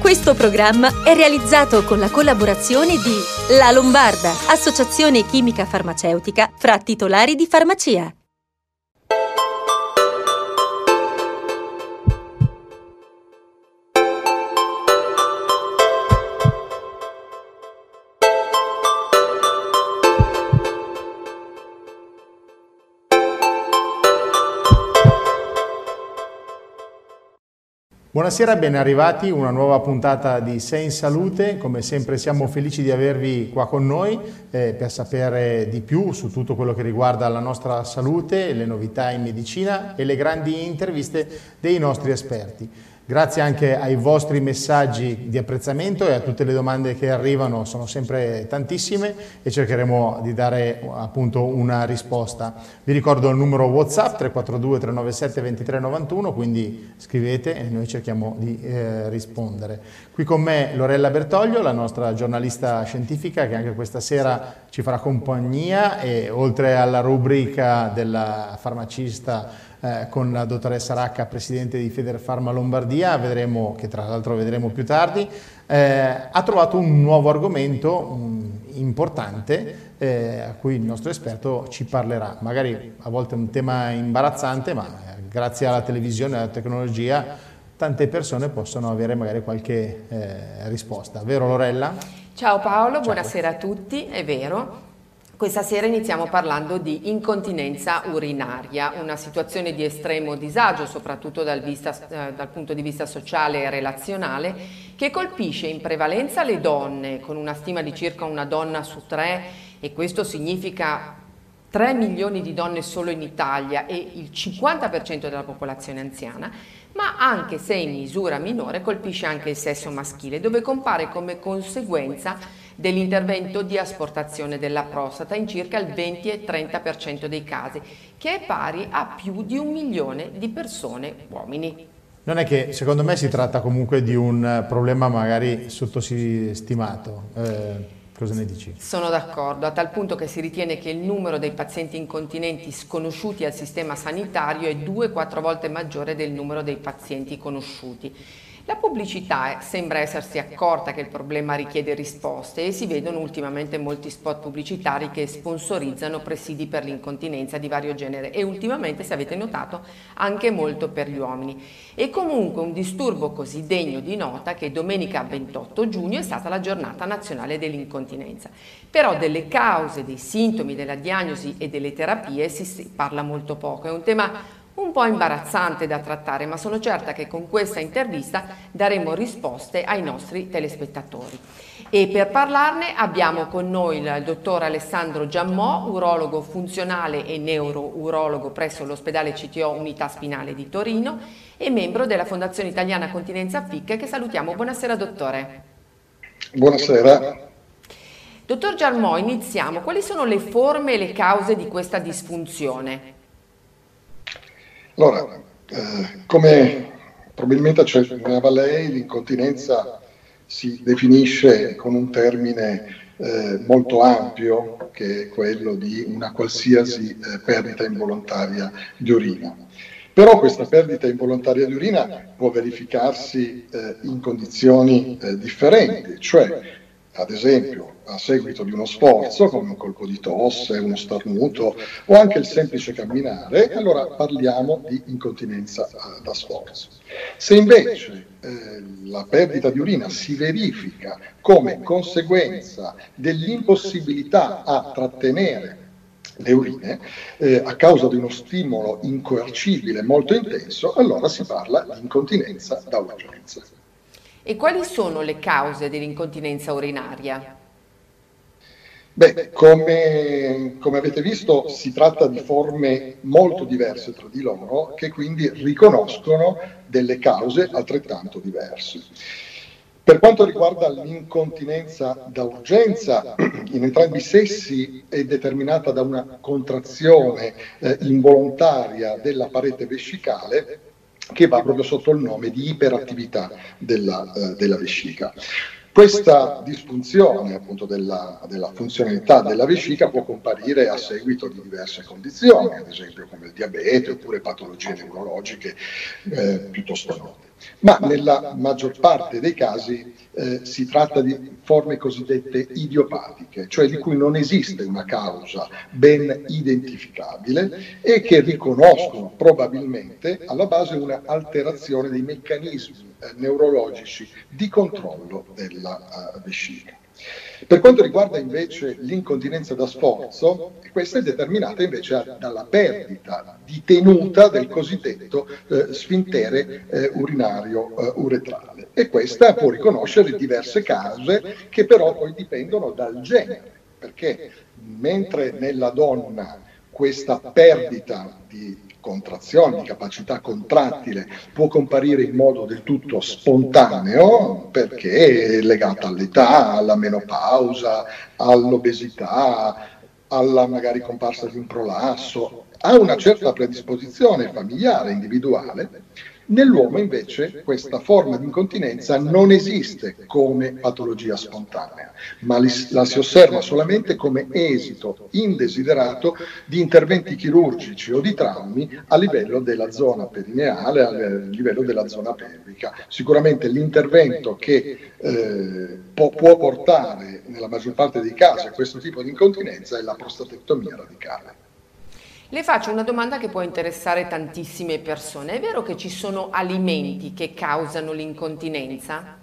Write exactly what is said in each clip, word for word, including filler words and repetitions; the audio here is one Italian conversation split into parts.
Questo programma è realizzato con la collaborazione di La Lombarda, associazione chimica farmaceutica fra titolari di farmacia. Buonasera, ben arrivati, una nuova puntata di Sei in Salute. Come sempre siamo felici di avervi qua con noi eh, per sapere di più su tutto quello che riguarda la nostra salute, le novità in medicina e le grandi interviste dei nostri esperti. Grazie anche ai vostri messaggi di apprezzamento e a tutte le domande che arrivano, sono sempre tantissime e cercheremo di dare appunto una risposta. Vi ricordo il numero WhatsApp tre quattro due tre nove sette due tre nove uno, quindi scrivete e noi cerchiamo di eh, rispondere. Qui con me Lorella Bertoglio, la nostra giornalista scientifica che anche questa sera ci farà compagnia e oltre alla rubrica della farmacista Eh, con la dottoressa Racca, presidente di Federfarma Lombardia, vedremo, che tra l'altro vedremo più tardi, eh, ha trovato un nuovo argomento um, importante eh, a cui il nostro esperto ci parlerà. Magari a volte è un tema imbarazzante, ma eh, grazie alla televisione e alla tecnologia tante persone possono avere magari qualche eh, risposta. Vero Lorella? Ciao Paolo, Ciao. Buonasera a tutti, è vero. Questa sera iniziamo parlando di incontinenza urinaria, una situazione di estremo disagio, soprattutto dal, vista, eh, dal punto di vista sociale e relazionale, che colpisce in prevalenza le donne, con una stima di circa una donna su tre, e questo significa tre milioni di donne solo in Italia e il cinquanta per cento della popolazione anziana, ma anche se in misura minore colpisce anche il sesso maschile, dove compare come conseguenza dell'intervento di asportazione della prostata in circa il venti e trenta per cento dei casi, che è pari a più di un milione di persone uomini. Non è che secondo me si tratta comunque di un problema magari sottostimato. Eh, cosa ne dici? Sono d'accordo, a tal punto che si ritiene che il numero dei pazienti incontinenti sconosciuti al sistema sanitario è due quattro volte maggiore del numero dei pazienti conosciuti. La pubblicità sembra essersi accorta che il problema richiede risposte e si vedono ultimamente molti spot pubblicitari che sponsorizzano presidi per l'incontinenza di vario genere e ultimamente, se avete notato, anche molto per gli uomini. E comunque un disturbo così degno di nota che domenica ventotto giugno è stata la giornata nazionale dell'incontinenza. Però delle cause, dei sintomi, della diagnosi e delle terapie si, si parla molto poco. È un tema un po' imbarazzante da trattare, ma sono certa che con questa intervista daremo risposte ai nostri telespettatori. E per parlarne abbiamo con noi il dottor Alessandro Giammò, urologo funzionale e neurourologo presso l'ospedale C T O Unità Spinale di Torino e membro della Fondazione Italiana Continenza F I C, che salutiamo. Buonasera dottore. Buonasera. Dottor Giammò, iniziamo. Quali sono le forme e le cause di questa disfunzione? Allora, eh, come probabilmente accennava lei, l'incontinenza si definisce con un termine eh, molto ampio, che è quello di una qualsiasi eh, perdita involontaria di urina. Però questa perdita involontaria di urina può verificarsi eh, in condizioni eh, differenti, cioè ad esempio a seguito di uno sforzo come un colpo di tosse, uno starnuto o anche il semplice camminare, allora parliamo di incontinenza eh, da sforzo. Se invece eh, la perdita di urina si verifica come conseguenza dell'impossibilità a trattenere le urine eh, a causa di uno stimolo incoercibile molto intenso, allora si parla di incontinenza da urgenza. E quali sono le cause dell'incontinenza urinaria? Beh, come, come avete visto si tratta di forme molto diverse tra di loro che quindi riconoscono delle cause altrettanto diverse. Per quanto riguarda l'incontinenza da urgenza, in entrambi i sessi è determinata da una contrazione eh, involontaria della parete vescicale che va proprio sotto il nome di iperattività della, eh, della vescica. Questa disfunzione appunto della, della funzionalità della vescica può comparire a seguito di diverse condizioni, ad esempio come il diabete oppure patologie neurologiche eh, piuttosto note. ma nella maggior parte dei casi eh, si tratta di forme cosiddette idiopatiche, cioè di cui non esiste una causa ben identificabile e che riconoscono probabilmente alla base una alterazione dei meccanismi eh, neurologici di controllo della uh, vescica. Per quanto riguarda invece l'incontinenza da sforzo, questa è determinata invece dalla perdita di tenuta del cosiddetto eh, sfintere eh, urinario eh, uretrale, e questa può riconoscere diverse cause che però poi dipendono dal genere, perché mentre nella donna questa perdita di contrazione, di capacità contrattile può comparire in modo del tutto spontaneo perché è legata all'età, alla menopausa, all'obesità, alla magari comparsa di un prolasso, ha una certa predisposizione familiare, individuale. Nell'uomo invece questa forma di incontinenza non esiste come patologia spontanea, ma la si osserva solamente come esito indesiderato di interventi chirurgici o di traumi a livello della zona perineale, a livello della zona pelvica. Sicuramente l'intervento che eh, può, può portare nella maggior parte dei casi a questo tipo di incontinenza è la prostatectomia radicale. Le faccio una domanda che può interessare tantissime persone. È vero che ci sono alimenti che causano l'incontinenza?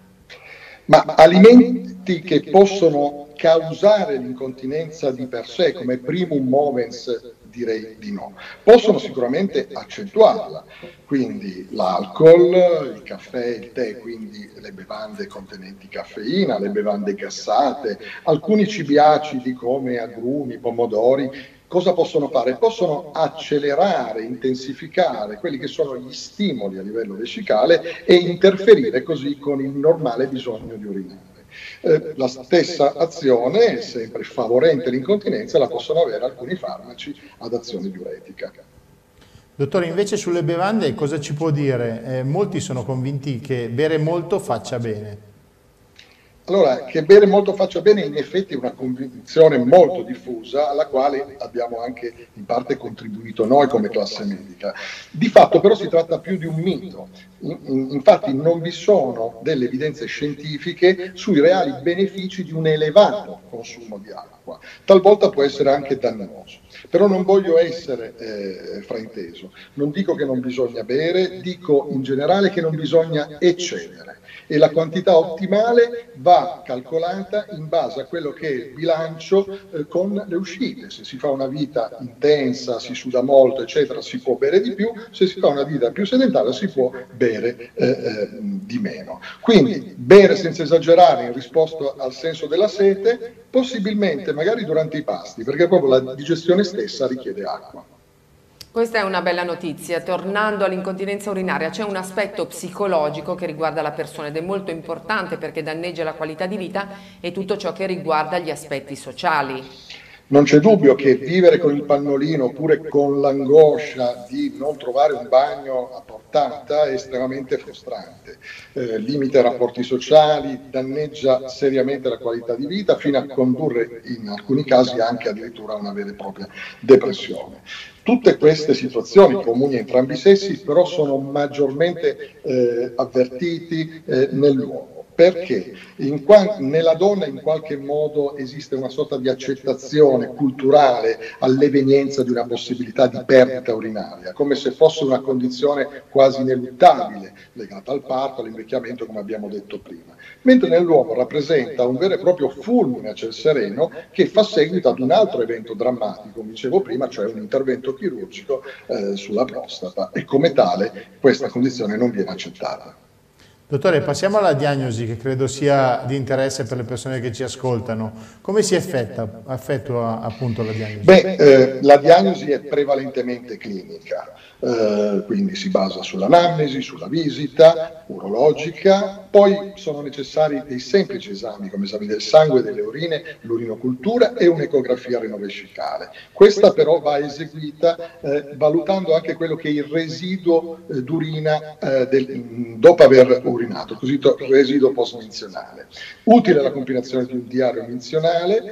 Ma alimenti che possono causare l'incontinenza di per sé, come primum movens, direi di no. Possono sicuramente accentuarla, quindi l'alcol, il caffè, il tè, quindi le bevande contenenti caffeina, le bevande gassate, alcuni cibi acidi come agrumi, pomodori. Cosa possono fare? Possono accelerare, intensificare quelli che sono gli stimoli a livello vescicale e interferire così con il normale bisogno di urinare. Eh, la stessa azione, sempre favorente l'incontinenza, la possono avere alcuni farmaci ad azione diuretica. Dottore, invece sulle bevande cosa ci può dire? Eh, molti sono convinti che bere molto faccia bene. Allora, che bere molto faccia bene in effetti è una convinzione molto diffusa alla quale abbiamo anche in parte contribuito noi come classe medica. Di fatto però si tratta più di un mito. Infatti non vi sono delle evidenze scientifiche sui reali benefici di un elevato consumo di acqua. Talvolta può essere anche dannoso. Però non voglio essere eh, frainteso. Non dico che non bisogna bere, dico in generale che non bisogna eccedere. E la quantità ottimale va calcolata in base a quello che è il bilancio eh, con le uscite. Se si fa una vita intensa, si suda molto, eccetera, si può bere di più; se si fa una vita più sedentaria si può bere eh, eh, di meno. Quindi bere senza esagerare in risposta al senso della sete, possibilmente magari durante i pasti, perché proprio la digestione stessa richiede acqua. Questa è una bella notizia. Tornando all'incontinenza urinaria, c'è un aspetto psicologico che riguarda la persona ed è molto importante perché danneggia la qualità di vita e tutto ciò che riguarda gli aspetti sociali. Non c'è dubbio che vivere con il pannolino oppure con l'angoscia di non trovare un bagno a portata è estremamente frustrante, eh, limita i rapporti sociali, danneggia seriamente la qualità di vita fino a condurre in alcuni casi anche addirittura a una vera e propria depressione. Tutte queste situazioni comuni a entrambi i sessi però sono maggiormente eh, avvertiti eh, nell'uomo. Perché in qua, nella donna in qualche modo esiste una sorta di accettazione culturale all'evenienza di una possibilità di perdita urinaria, come se fosse una condizione quasi ineluttabile, legata al parto, all'invecchiamento, come abbiamo detto prima. Mentre nell'uomo rappresenta un vero e proprio fulmine a ciel sereno che fa seguito ad un altro evento drammatico, come dicevo prima, cioè un intervento chirurgico eh, sulla prostata, e come tale questa condizione non viene accettata. Dottore, passiamo alla diagnosi, che credo sia di interesse per le persone che ci ascoltano. Come si effetta, effettua appunto la diagnosi? Beh, eh, la diagnosi è prevalentemente clinica, eh, quindi si basa sull'anamnesi, sulla visita urologica, poi sono necessari dei semplici esami come esami del sangue, delle urine, l'urinocultura e un'ecografia renovescicale. Questa però va eseguita eh, valutando anche quello che è il residuo eh, d'urina eh, dopo aver urinato. Urinato, così residuo post-minzionale. Utile la compilazione di un diario minzionale,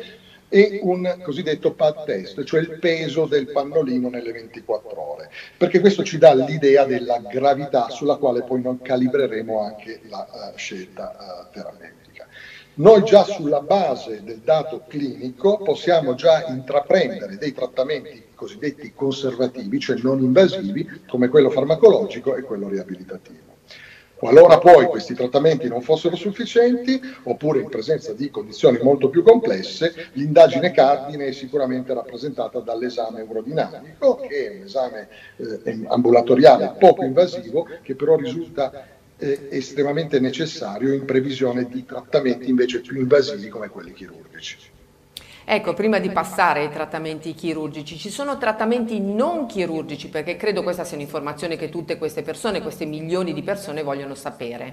e un cosiddetto pad test, cioè il peso del pannolino nelle ventiquattro ore, perché questo ci dà l'idea della gravità sulla quale poi noi calibreremo anche la uh, scelta uh, terapeutica. Noi già sulla base del dato clinico possiamo già intraprendere dei trattamenti cosiddetti conservativi, cioè non invasivi, come quello farmacologico e quello riabilitativo. Qualora poi questi trattamenti non fossero sufficienti, oppure in presenza di condizioni molto più complesse, l'indagine cardine è sicuramente rappresentata dall'esame urodinamico, che è un esame eh, ambulatoriale poco invasivo, che però risulta eh, estremamente necessario in previsione di trattamenti invece più invasivi come quelli chirurgici. Ecco, prima di passare ai trattamenti chirurgici, ci sono trattamenti non chirurgici, perché credo questa sia un'informazione che tutte queste persone, queste milioni di persone vogliono sapere.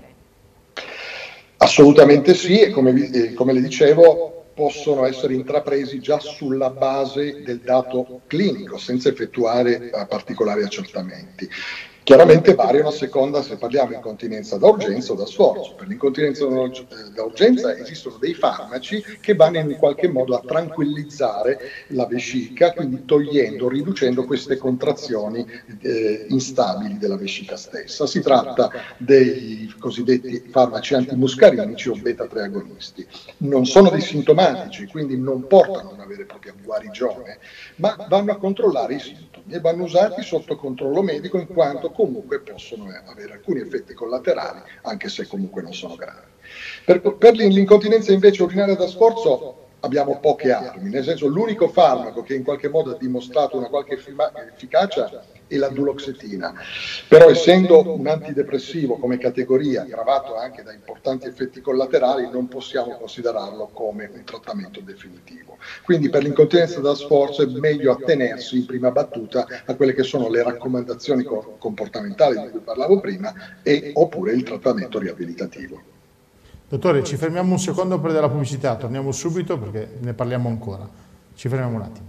Assolutamente sì, e come, eh, come le dicevo, possono essere intrapresi già sulla base del dato clinico, senza effettuare eh, particolari accertamenti. Chiaramente variano a seconda se parliamo di incontinenza da urgenza o da sforzo. Per l'incontinenza da urgenza esistono dei farmaci che vanno in qualche modo a tranquillizzare la vescica, quindi togliendo, riducendo queste contrazioni eh, instabili della vescica stessa. Si tratta dei cosiddetti farmaci antimuscarinici o beta tre agonisti. Non sono dei sintomatici, quindi non portano a una vera e propria guarigione, ma vanno a controllare i sintomi e vanno usati sotto controllo medico, in quanto comunque possono avere alcuni effetti collaterali, anche se comunque non sono gravi. Per, per l'incontinenza invece urinaria da sforzo abbiamo poche armi, nel senso l'unico farmaco che in qualche modo ha dimostrato una qualche efficacia è la duloxetina, però essendo un antidepressivo come categoria, aggravato anche da importanti effetti collaterali, non possiamo considerarlo come un trattamento definitivo. Quindi per l'incontinenza da sforzo è meglio attenersi in prima battuta a quelle che sono le raccomandazioni comportamentali di cui parlavo prima e oppure il trattamento riabilitativo. Dottore, ci fermiamo un secondo per della pubblicità, torniamo subito perché ne parliamo ancora. Ci fermiamo un attimo.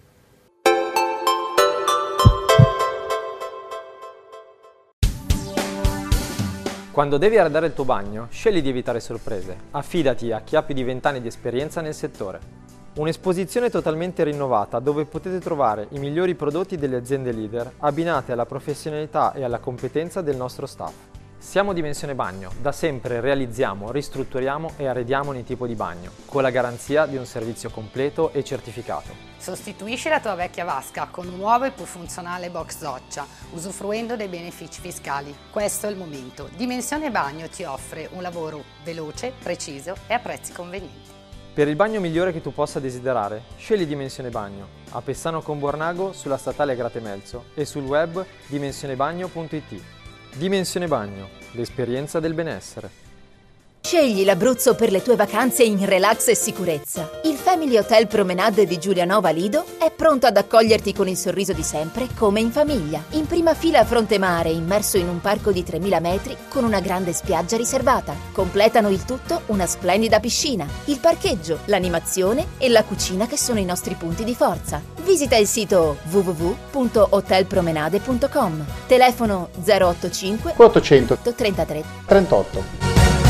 Quando devi arredare il tuo bagno, scegli di evitare sorprese. Affidati a chi ha più di venti anni di esperienza nel settore. Un'esposizione totalmente rinnovata dove potete trovare i migliori prodotti delle aziende leader abbinate alla professionalità e alla competenza del nostro staff. Siamo Dimensione Bagno, da sempre realizziamo, ristrutturiamo e arrediamo ogni tipo di bagno, con la garanzia di un servizio completo e certificato. Sostituisci la tua vecchia vasca con un nuovo e più funzionale box doccia, usufruendo dei benefici fiscali. Questo è il momento. Dimensione Bagno ti offre un lavoro veloce, preciso e a prezzi convenienti. Per il bagno migliore che tu possa desiderare, scegli Dimensione Bagno, a Pessano con Bornago sulla statale Gratemelzo e sul web dimensionebagno punto it. Dimensione Bagno, l'esperienza del benessere. Scegli l'Abruzzo per le tue vacanze in relax e sicurezza. Il Family Hotel Promenade di Giulianova Lido è pronto ad accoglierti con il sorriso di sempre, come in famiglia. In prima fila a fronte mare, immerso in un parco di tremila metri con una grande spiaggia riservata. Completano il tutto una splendida piscina, il parcheggio, l'animazione e la cucina che sono i nostri punti di forza. Visita il sito w w w punto hotel promenade punto com. Telefono zero otto cinque ottocento trentatré trentotto.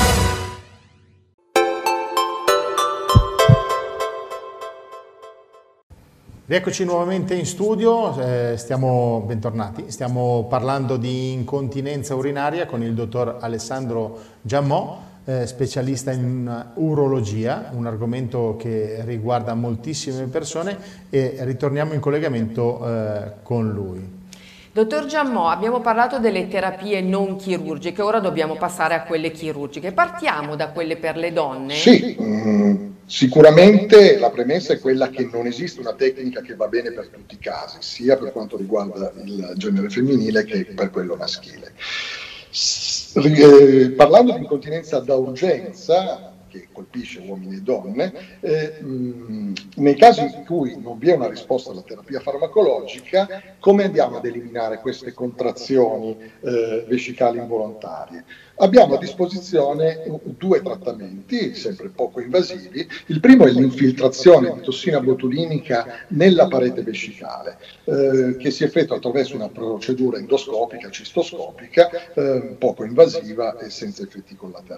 Rieccoci nuovamente in studio, eh, stiamo, bentornati, stiamo parlando di incontinenza urinaria con il dottor Alessandro Giammò, eh, specialista in urologia, un argomento che riguarda moltissime persone, e ritorniamo in collegamento eh, con lui. Dottor Giammò, abbiamo parlato delle terapie non chirurgiche, ora dobbiamo passare a quelle chirurgiche. Partiamo da quelle per le donne? Sì, mh, sicuramente la premessa è quella che non esiste una tecnica che va bene per tutti i casi, sia per quanto riguarda il genere femminile che per quello maschile. S- eh, parlando di incontinenza da urgenza, che colpisce uomini e donne, eh, mh, nei casi in cui non vi è una risposta alla terapia farmacologica, come andiamo ad eliminare queste contrazioni eh, vescicali involontarie? Abbiamo a disposizione due trattamenti, sempre poco invasivi. Il primo è l'infiltrazione di tossina botulinica nella parete vescicale, eh, che si effettua attraverso una procedura endoscopica, cistoscopica, eh, poco invasiva e senza effetti collaterali.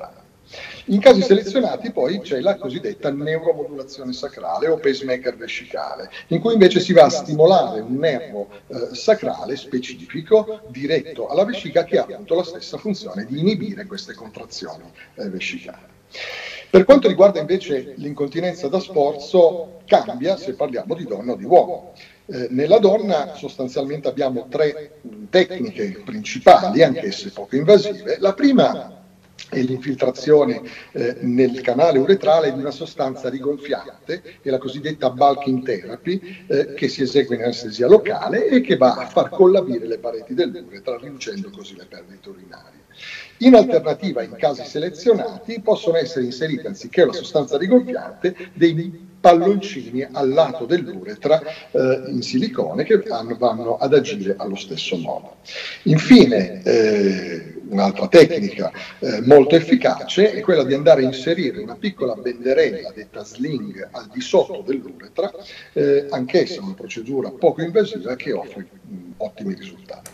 In casi selezionati poi c'è la cosiddetta neuromodulazione sacrale o pacemaker vescicale, in cui invece si va a stimolare un nervo eh, sacrale specifico diretto alla vescica che ha appunto la stessa funzione di inibire queste contrazioni eh, vescicali. Per quanto riguarda invece l'incontinenza da sforzo, cambia se parliamo di donna o di uomo. Eh, nella donna sostanzialmente abbiamo tre tecniche principali, anch'esse poco invasive. La prima è l'infiltrazione eh, nel canale uretrale di una sostanza rigonfiante, è la cosiddetta bulking therapy, eh, che si esegue in anestesia locale e che va a far collabire le pareti dell'uretra, riducendo così le perdite urinarie. In alternativa, in casi selezionati, possono essere inserite, anziché la sostanza rigonfiante, dei palloncini al lato dell'uretra eh, in silicone che vanno, vanno ad agire allo stesso modo. Infine, eh, un'altra tecnica eh, molto efficace è quella di andare a inserire una piccola benderella detta sling al di sotto dell'uretra, eh, anch'essa una procedura poco invasiva che offre mh, ottimi risultati.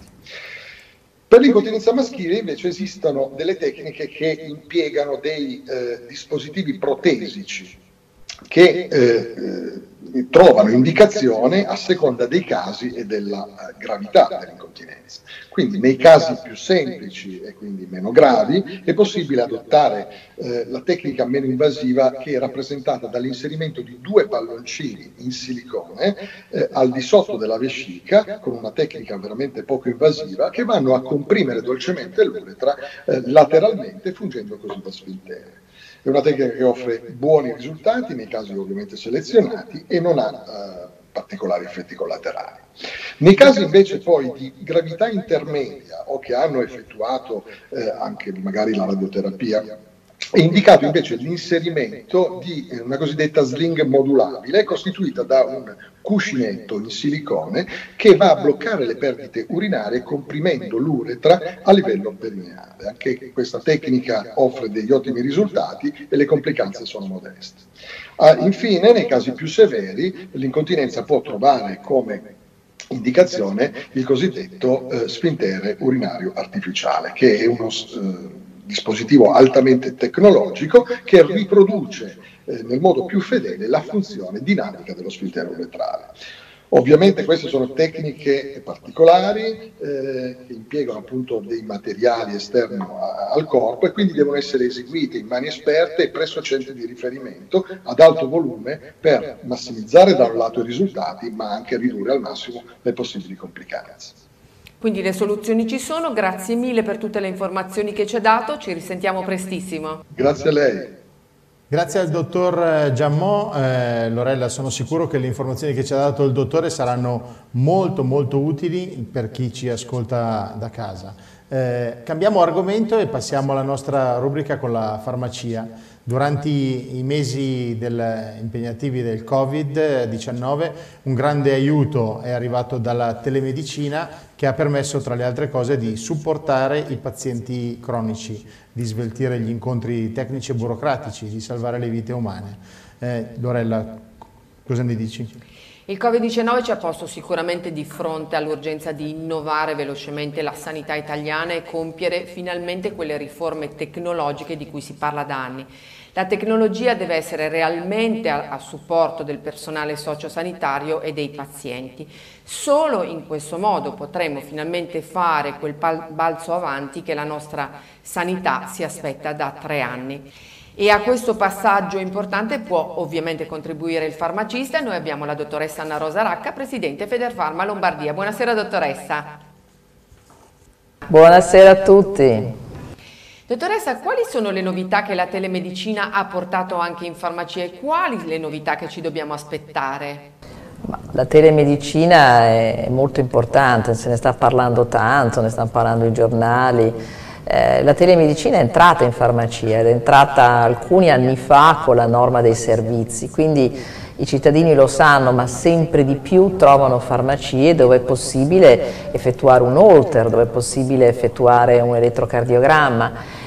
Per l'incontinenza maschile invece esistono delle tecniche che impiegano dei eh, dispositivi protesici che eh, eh, trovano indicazione a seconda dei casi e della eh, gravità dell'incontinenza. Quindi nei casi più semplici e quindi meno gravi è possibile adottare eh, la tecnica meno invasiva, che è rappresentata dall'inserimento di due palloncini in silicone eh, al di sotto della vescica, con una tecnica veramente poco invasiva, che vanno a comprimere dolcemente l'uretra eh, lateralmente, fungendo così da sfintere. È una tecnica che offre buoni risultati nei casi ovviamente selezionati e non ha eh, particolari effetti collaterali. Nei casi invece poi di gravità intermedia o che hanno effettuato eh, anche magari la radioterapia, è indicato invece l'inserimento di una cosiddetta sling modulabile costituita da un cuscinetto in silicone che va a bloccare le perdite urinarie comprimendo l'uretra a livello perineale. Anche questa tecnica offre degli ottimi risultati e le complicanze sono modeste. Ah, infine, nei casi più severi, l'incontinenza può trovare come indicazione il cosiddetto eh, sfintere urinario artificiale, che è uno eh, dispositivo altamente tecnologico che riproduce eh, nel modo più fedele la funzione dinamica dello sfintere uretrale. Ovviamente queste sono tecniche particolari eh, che impiegano appunto dei materiali esterni a, al corpo e quindi devono essere eseguite in mani esperte e presso centri di riferimento ad alto volume per massimizzare da un lato i risultati ma anche ridurre al massimo le possibili complicanze. Quindi le soluzioni ci sono, grazie mille per tutte le informazioni che ci ha dato, ci risentiamo prestissimo. Grazie a lei. Grazie al dottor Giammò. eh, Lorella, sono sicuro che le informazioni che ci ha dato il dottore saranno molto molto utili per chi ci ascolta da casa. Eh, cambiamo argomento e passiamo alla nostra rubrica con la farmacia. Durante i mesi del, impegnativi del Covid diciannove un grande aiuto è arrivato dalla telemedicina, che ha permesso tra le altre cose di supportare i pazienti cronici, di sveltire gli incontri tecnici e burocratici, di salvare le vite umane. Eh, Lorella, cosa ne dici? Il Covid diciannove ci ha posto sicuramente di fronte all'urgenza di innovare velocemente la sanità italiana e compiere finalmente quelle riforme tecnologiche di cui si parla da anni. La tecnologia deve essere realmente a, a supporto del personale sociosanitario e dei pazienti. Solo in questo modo potremo finalmente fare quel balzo avanti che la nostra sanità si aspetta da tre anni. E a questo passaggio importante può ovviamente contribuire il farmacista. Noi abbiamo la dottoressa Anna Rosa Racca, presidente Federfarma Lombardia. Buonasera dottoressa. Buonasera a tutti. Dottoressa, quali sono le novità che la telemedicina ha portato anche in farmacia e quali le novità che ci dobbiamo aspettare? La telemedicina è molto importante, se ne sta parlando tanto, ne stanno parlando i giornali. Eh, la telemedicina è entrata in farmacia, è entrata alcuni anni fa con la norma dei servizi, quindi i cittadini lo sanno, ma sempre di più trovano farmacie dove è possibile effettuare un holter, dove è possibile effettuare un elettrocardiogramma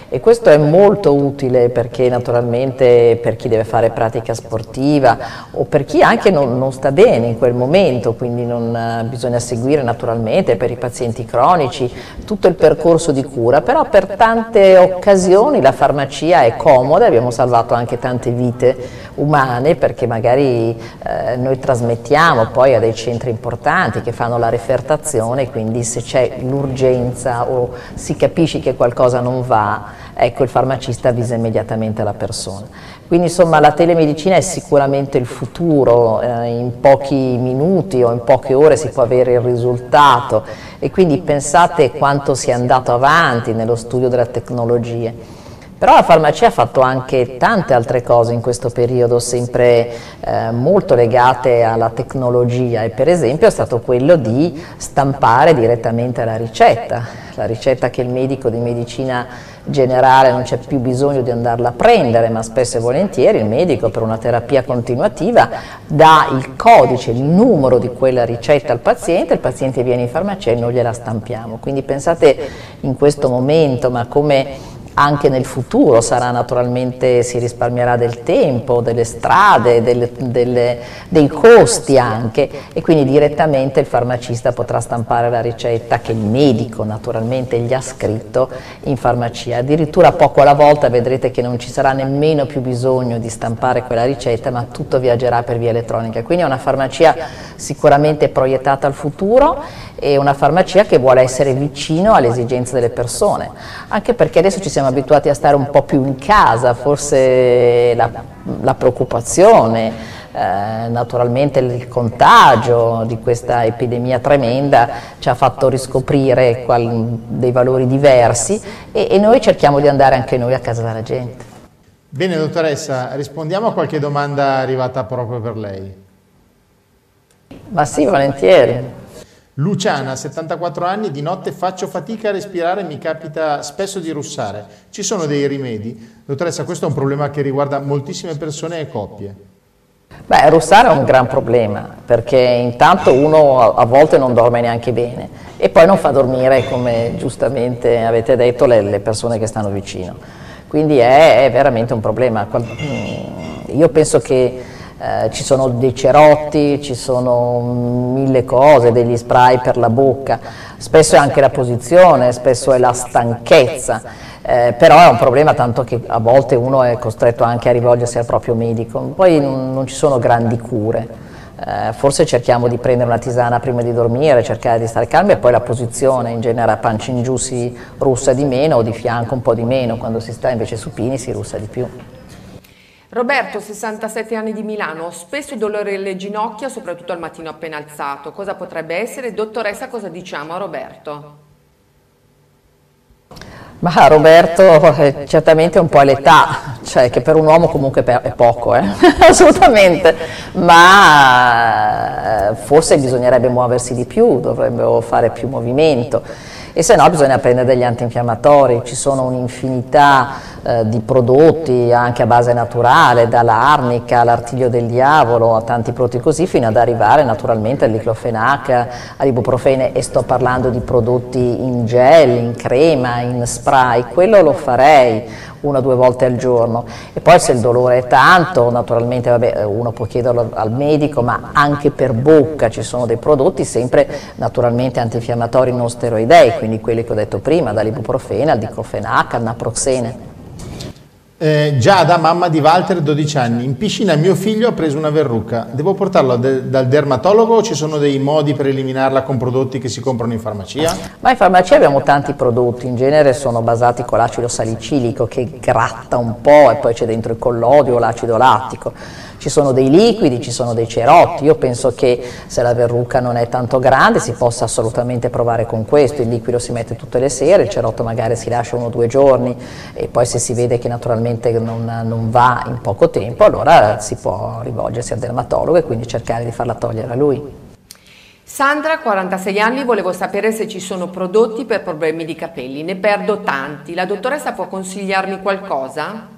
e questo è molto utile perché naturalmente per chi deve fare pratica sportiva o per chi anche non, non sta bene in quel momento, quindi non eh, bisogna seguire naturalmente per i pazienti cronici tutto il percorso di cura, però per tante occasioni la farmacia è comoda, abbiamo salvato anche tante vite umane perché magari eh, noi trasmettiamo poi a dei centri importanti che fanno la refertazione, quindi se c'è l'urgenza o si capisce che qualcosa non va, ecco il farmacista avvisa immediatamente la persona. Quindi insomma la telemedicina è sicuramente il futuro, eh, in pochi minuti o in poche ore si può avere il risultato e quindi pensate quanto sia andato avanti nello studio della tecnologia. Però la farmacia ha fatto anche tante altre cose in questo periodo, sempre eh, molto legate alla tecnologia e per esempio è stato quello di stampare direttamente la ricetta, la ricetta che il medico di medicina generale non c'è più bisogno di andarla a prendere, ma spesso e volentieri il medico per una terapia continuativa dà il codice, il numero di quella ricetta al paziente, il paziente viene in farmacia e noi gliela stampiamo. Quindi pensate in questo momento, ma come anche nel futuro sarà naturalmente, si risparmierà del tempo, delle strade, delle, delle, dei costi anche e quindi direttamente il farmacista potrà stampare la ricetta che il medico naturalmente gli ha scritto in farmacia. Addirittura poco alla volta vedrete che non ci sarà nemmeno più bisogno di stampare quella ricetta, ma tutto viaggerà per via elettronica. Quindi è una farmacia sicuramente proiettata al futuro e una farmacia che vuole essere vicino alle esigenze delle persone, anche perché adesso ci siamo abituati a stare un po' più in casa, forse la, la preoccupazione, eh, naturalmente il contagio di questa epidemia tremenda ci ha fatto riscoprire qual, dei valori diversi e, e noi cerchiamo di andare anche noi a casa della gente. Bene dottoressa, rispondiamo a qualche domanda arrivata proprio per lei. Ma sì, volentieri. Luciana, settantaquattro anni, di notte faccio fatica a respirare, mi capita spesso di russare. Ci sono dei rimedi? Dottoressa, questo è un problema che riguarda moltissime persone e coppie. Beh, russare è un gran problema, perché intanto uno a volte non dorme neanche bene e poi non fa dormire, come giustamente avete detto, le, le persone che stanno vicino. Quindi è, è veramente un problema. Io penso che Eh, ci sono dei cerotti, ci sono mille cose, degli spray per la bocca, spesso è anche la posizione, spesso è la stanchezza, eh, però è un problema tanto che a volte uno è costretto anche a rivolgersi al proprio medico, poi non, non ci sono grandi cure, eh, forse cerchiamo di prendere una tisana prima di dormire, cercare di stare calmi e poi la posizione, in genere a pancia in giù si russa di meno o di fianco un po' di meno, quando si sta invece supini si russa di più. Roberto, sessantasette anni di Milano, ho spesso dolore alle ginocchia, soprattutto al mattino appena alzato. Cosa potrebbe essere? Dottoressa, cosa diciamo a Roberto? Ma Roberto eh, certamente un po' è l'età, cioè che per un uomo comunque è poco, eh? Assolutamente, ma forse bisognerebbe muoversi di più, dovrebbero fare più movimento. E se no bisogna prendere degli antinfiammatori, ci sono un'infinità eh, di prodotti anche a base naturale, dall'arnica all'artiglio del diavolo, a tanti prodotti così, fino ad arrivare naturalmente al diclofenac, all'ibuprofene, e sto parlando di prodotti in gel, in crema, in spray, quello lo farei una o due volte al giorno. E poi se il dolore è tanto, naturalmente vabbè, uno può chiederlo al medico, ma anche per bocca ci sono dei prodotti sempre naturalmente antinfiammatori non steroidei, quindi quelli che ho detto prima, dall'ibuprofene al diclofenac al naproxene. Eh, Giada, mamma di Walter, dodici anni, in piscina mio figlio ha preso una verruca, devo portarlo de dal dermatologo o ci sono dei modi per eliminarla con prodotti che si comprano in farmacia? Ma in farmacia abbiamo tanti prodotti, in genere sono basati con l'acido salicilico che gratta un po' e poi c'è dentro il collodio o l'acido lattico. Ci sono dei liquidi, ci sono dei cerotti, io penso che se la verruca non è tanto grande si possa assolutamente provare con questo, il liquido si mette tutte le sere, il cerotto magari si lascia uno o due giorni e poi se si vede che naturalmente non, non va in poco tempo allora si può rivolgersi al dermatologo e quindi cercare di farla togliere a lui. Sandra, quarantasei anni, volevo sapere se ci sono prodotti per problemi di capelli, ne perdo tanti, la dottoressa può consigliarmi qualcosa?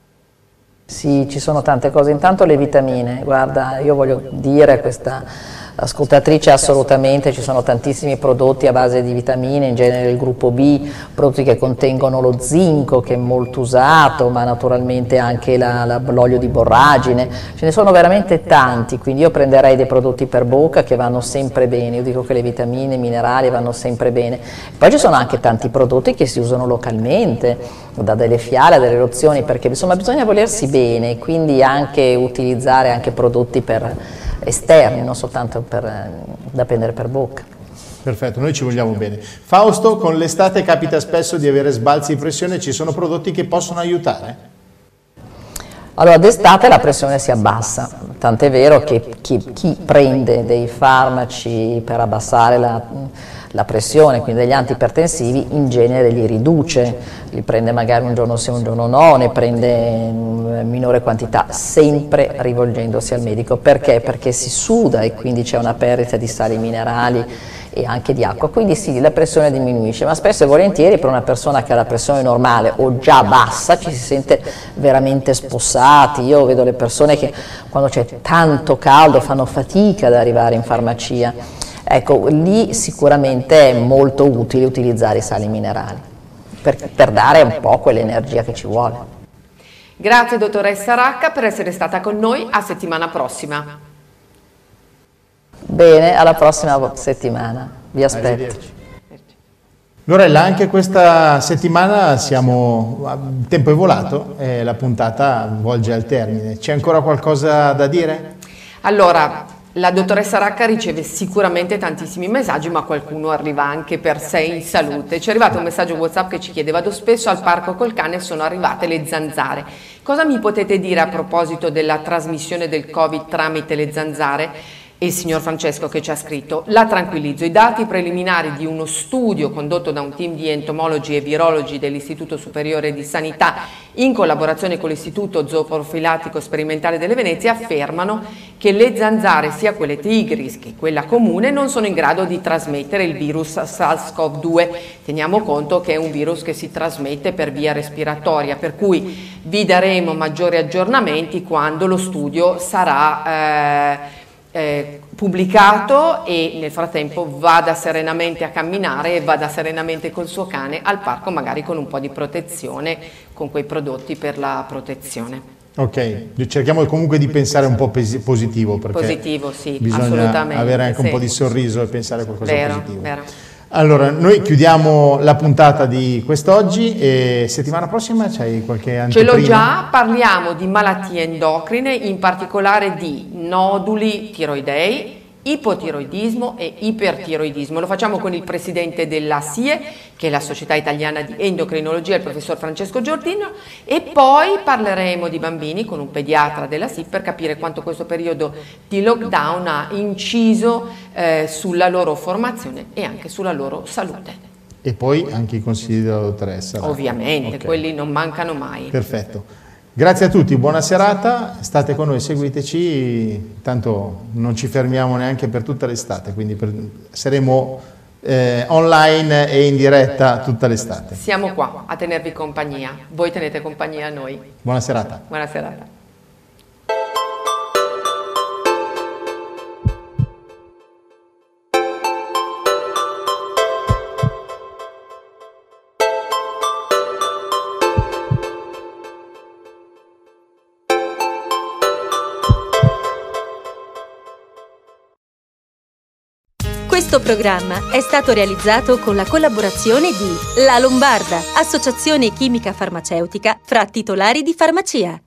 Sì, ci sono tante cose, intanto le vitamine, guarda, io voglio dire questa ascoltatrice, assolutamente ci sono tantissimi prodotti a base di vitamine, in genere il gruppo B, prodotti che contengono lo zinco che è molto usato, ma naturalmente anche la, la, l'olio di borragine, ce ne sono veramente tanti, quindi io prenderei dei prodotti per bocca che vanno sempre bene, io dico che le vitamine, i minerali vanno sempre bene. Poi ci sono anche tanti prodotti che si usano localmente, da delle fiale a delle lozioni, perché insomma bisogna volersi bene, quindi anche utilizzare anche prodotti per esterni, non soltanto per, da prendere per bocca. Perfetto, noi ci vogliamo bene. Fausto, con l'estate capita spesso di avere sbalzi di pressione, ci sono prodotti che possono aiutare? Allora, d'estate la pressione si abbassa, tant'è vero che chi, chi prende dei farmaci per abbassare la, la pressione, quindi degli antiipertensivi, in genere li riduce, li prende magari un giorno sì, un giorno no, ne prende in minore quantità, sempre rivolgendosi al medico. Perché? Perché si suda e quindi c'è una perdita di sali minerali e anche di acqua, quindi sì, la pressione diminuisce, ma spesso e volentieri per una persona che ha la pressione normale o già bassa ci si sente veramente spossati. Io vedo le persone che quando c'è tanto caldo fanno fatica ad arrivare in farmacia, ecco, lì sicuramente è molto utile utilizzare i sali minerali per, per dare un po' quell'energia che ci vuole. Grazie dottoressa Racca per essere stata con noi, a settimana prossima. Bene, alla prossima settimana, vi aspetto. Lorella, anche questa settimana siamo, il tempo è volato e la puntata volge al termine. C'è ancora qualcosa da dire? Allora, la dottoressa Racca riceve sicuramente tantissimi messaggi, ma qualcuno arriva anche per sé in salute. Ci è arrivato un messaggio WhatsApp che ci chiede: vado spesso al parco col cane e sono arrivate le zanzare. Cosa mi potete dire a proposito della trasmissione del Covid tramite le zanzare? E il signor Francesco che ci ha scritto: la tranquillizzo, i dati preliminari di uno studio condotto da un team di entomologi e virologi dell'Istituto Superiore di Sanità in collaborazione con l'Istituto Zooprofilattico Sperimentale delle Venezie affermano che le zanzare, sia quelle tigris che quella comune, non sono in grado di trasmettere il virus SARS-CoV due. Teniamo conto che è un virus che si trasmette per via respiratoria, per cui vi daremo maggiori aggiornamenti quando lo studio sarà eh, Eh, pubblicato, e nel frattempo vada serenamente a camminare e vada serenamente col suo cane al parco, magari con un po' di protezione, con quei prodotti per la protezione. Ok, cerchiamo comunque di pensare un po' positivo, perché positivo, sì, bisogna assolutamente, avere anche sì. un po' di sorriso e pensare a qualcosa di positivo. Vero. Allora, noi chiudiamo la puntata di quest'oggi e settimana prossima c'hai qualche anteprima? Ce l'ho già, parliamo di malattie endocrine, in particolare di noduli tiroidei, ipotiroidismo e ipertiroidismo. Lo facciamo con il presidente della S I E, che è la Società Italiana di Endocrinologia, il professor Francesco Giordino, e poi parleremo di bambini con un pediatra della S I P per capire quanto questo periodo di lockdown ha inciso eh, sulla loro formazione e anche sulla loro salute. E poi anche i consigli della dottoressa. Ovviamente, okay. Quelli non mancano mai. Perfetto. Grazie a tutti, buona serata, state con noi, seguiteci, tanto non ci fermiamo neanche per tutta l'estate, quindi per, saremo eh, online e in diretta tutta l'estate. Siamo qua a tenervi compagnia, voi tenete compagnia a noi. Buona serata. Buona serata. Questo programma è stato realizzato con la collaborazione di La Lombarda, associazione chimica farmaceutica fra titolari di farmacia.